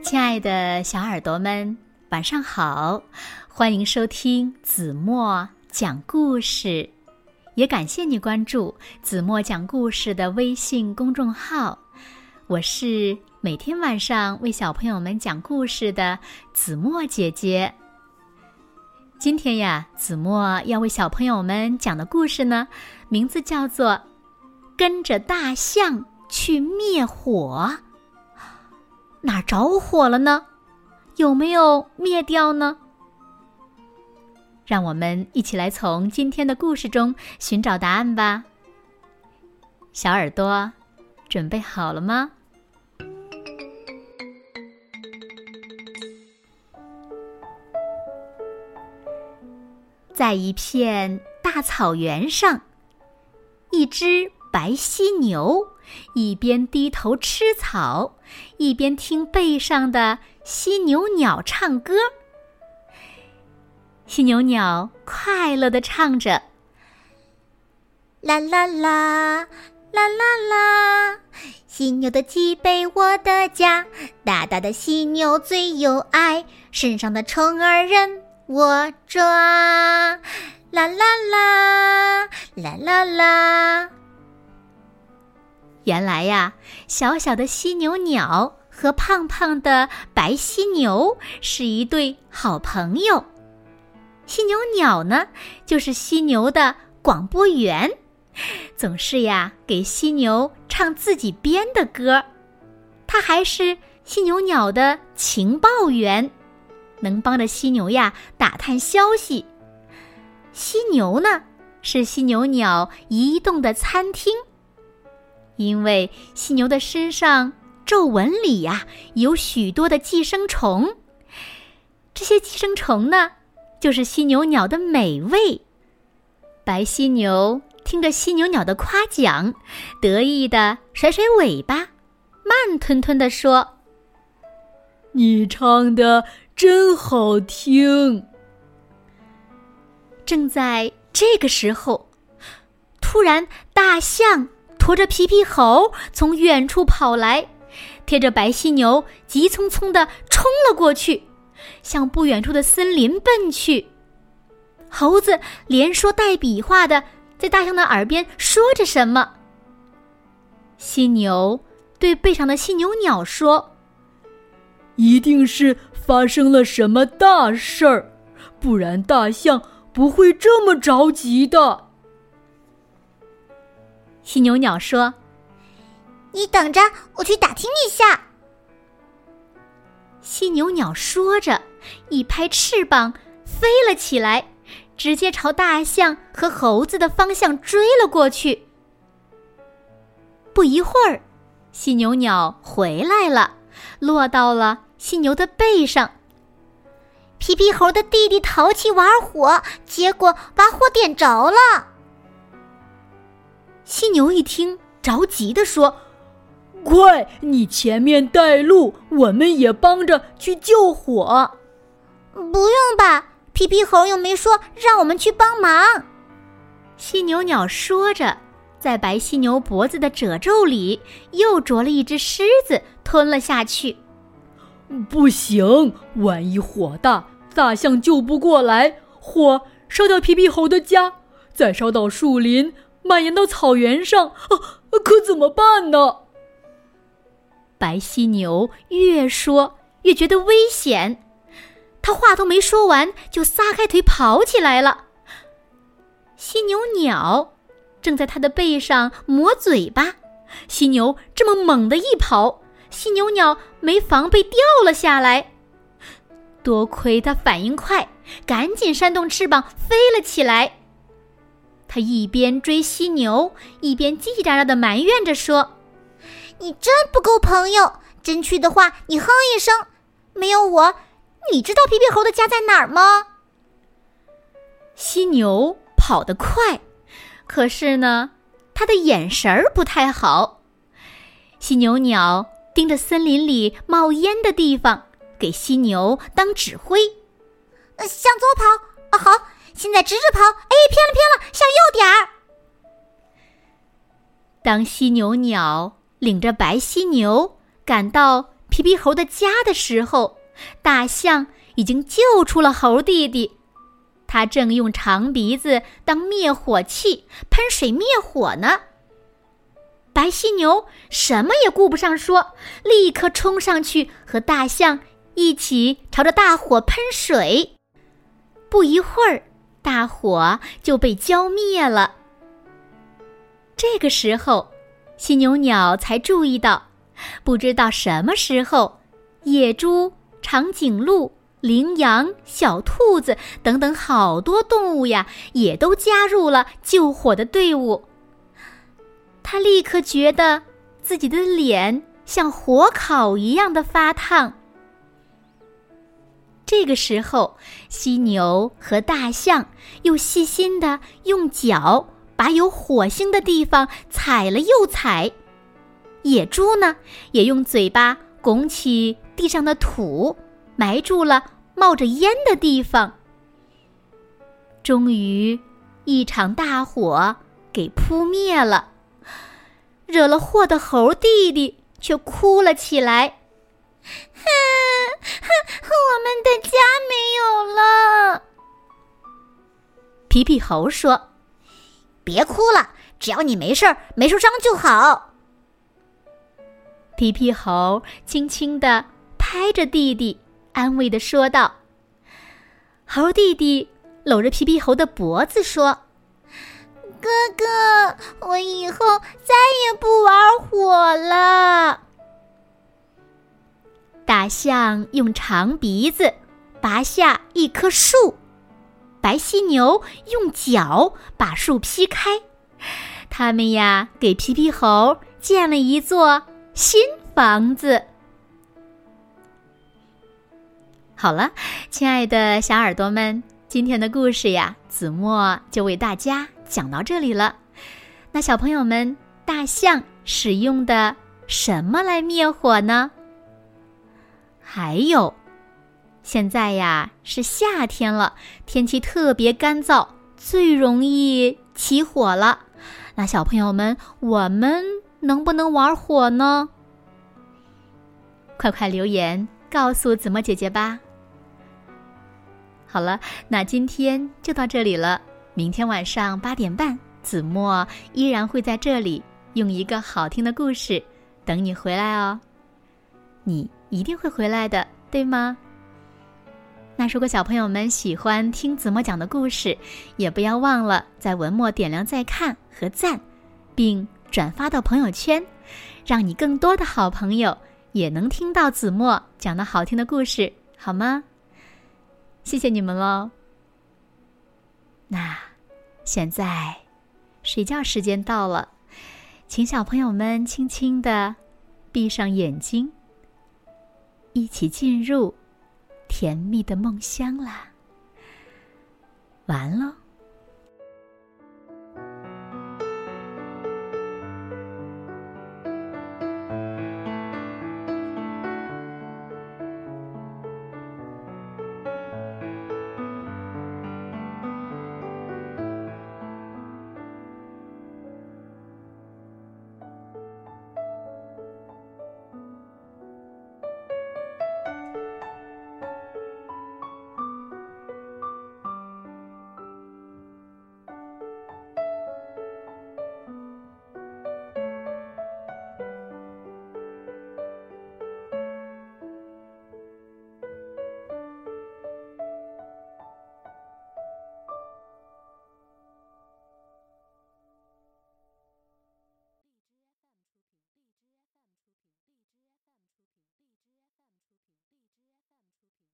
亲爱的小耳朵们，晚上好，欢迎收听子墨讲故事，也感谢你关注子墨讲故事的微信公众号。我是每天晚上为小朋友们讲故事的子墨姐姐。今天呀，子墨要为小朋友们讲的故事呢，名字叫做跟着大象去灭火。哪儿着火了呢？有没有灭掉呢？让我们一起来从今天的故事中寻找答案吧。小耳朵，准备好了吗？在一片大草原上，一只白犀牛一边低头吃草，一边听背上的犀牛鸟唱歌。犀牛鸟快乐地唱着：啦啦啦，啦啦啦，犀牛的脊背我的家，大大的犀牛最有爱，身上的虫儿任我抓，啦啦啦，啦啦啦。原来呀，小小的犀牛鸟和胖胖的白犀牛是一对好朋友。犀牛鸟呢，就是犀牛的广播员，总是呀给犀牛唱自己编的歌。他还是犀牛鸟的情报员，能帮着犀牛呀打探消息。犀牛呢，是犀牛鸟移动的餐厅。因为犀牛的身上皱纹里呀，有许多的寄生虫，这些寄生虫呢，就是犀牛鸟的美味。白犀牛听着犀牛鸟的夸奖，得意地甩甩尾巴，慢吞吞地说：你唱得真好听。正在这个时候，突然大象驮着皮皮猴从远处跑来，贴着白犀牛急匆匆地冲了过去，向不远处的森林奔去。猴子连说带比划的在大象的耳边说着什么。犀牛对背上的犀牛鸟说：一定是发生了什么大事儿，不然大象不会这么着急的。犀牛鸟说：你等着，我去打听一下。犀牛鸟说着，一拍翅膀飞了起来，直接朝大象和猴子的方向追了过去。不一会儿，犀牛鸟回来了，落到了犀牛的背上。皮皮猴的弟弟淘气玩火，结果把火点着了。犀牛一听，着急地说：快，你前面带路，我们也帮着去救火。不用吧，皮皮猴又没说让我们去帮忙。犀牛鸟说着，在白犀牛脖子的褶皱里又啄了一只虱子，吞了下去。不行，万一火大，大象救不过来，火烧掉皮皮猴的家，再烧到树林，蔓延到草原上，可怎么办呢？白犀牛越说越觉得危险，他话都没说完，就撒开腿跑起来了。犀牛鸟正在他的背上磨嘴巴，犀牛这么猛地一跑，犀牛鸟没防备掉了下来。多亏他反应快，赶紧扇动翅膀飞了起来。他一边追犀牛，一边叽叽喳喳地埋怨着说：你真不够朋友，真去的话你哼一声，没有我，你知道皮皮猴的家在哪儿吗？犀牛跑得快，可是呢，他的眼神儿不太好。犀牛鸟盯着森林里冒烟的地方，给犀牛当指挥。向左跑，好，现在直着跑，偏了，向右点儿。当犀牛鸟领着白犀牛赶到皮皮猴的家的时候，大象已经救出了猴弟弟，他正用长鼻子当灭火器喷水灭火呢。白犀牛什么也顾不上说，立刻冲上去和大象一起朝着大火喷水。不一会儿，大火就被浇灭了。这个时候，犀牛鸟才注意到，不知道什么时候，野猪、长颈鹿、羚羊、小兔子等等好多动物呀，也都加入了救火的队伍。他立刻觉得自己的脸像火烤一样的发烫。这个时候，犀牛和大象又细心地用脚把有火星的地方踩了又踩，野猪呢，也用嘴巴拱起地上的土，埋住了冒着烟的地方。终于，一场大火给扑灭了。惹了祸的猴弟弟却哭了起来，我们的家没有了。皮皮猴说，别哭了，只要你没事没受伤就好。皮皮猴轻轻地拍着弟弟，安慰地说道。猴弟弟搂着皮皮猴的脖子说，哥哥，我以后再也不玩火了。大象用长鼻子拔下一棵树，白犀牛用脚把树劈开，他们呀，给皮皮猴建了一座新房子。好了，亲爱的小耳朵们，今天的故事呀，子墨就为大家讲到这里了。那小朋友们，大象使用的什么来灭火呢？还有，现在呀是夏天了，天气特别干燥，最容易起火了。那小朋友们，我们能不能玩火呢？快快留言告诉子墨姐姐吧。好了，那今天就到这里了。明天晚上8点半，子墨依然会在这里用一个好听的故事等你回来哦。你一定会回来的，对吗？那如果小朋友们喜欢听子墨讲的故事，也不要忘了在文末点亮再看和赞，并转发到朋友圈，让你更多的好朋友也能听到子墨讲的好听的故事，好吗？谢谢你们喽。那现在睡觉时间到了，请小朋友们轻轻地闭上眼睛，一起进入甜蜜的梦乡啦。晚安喽。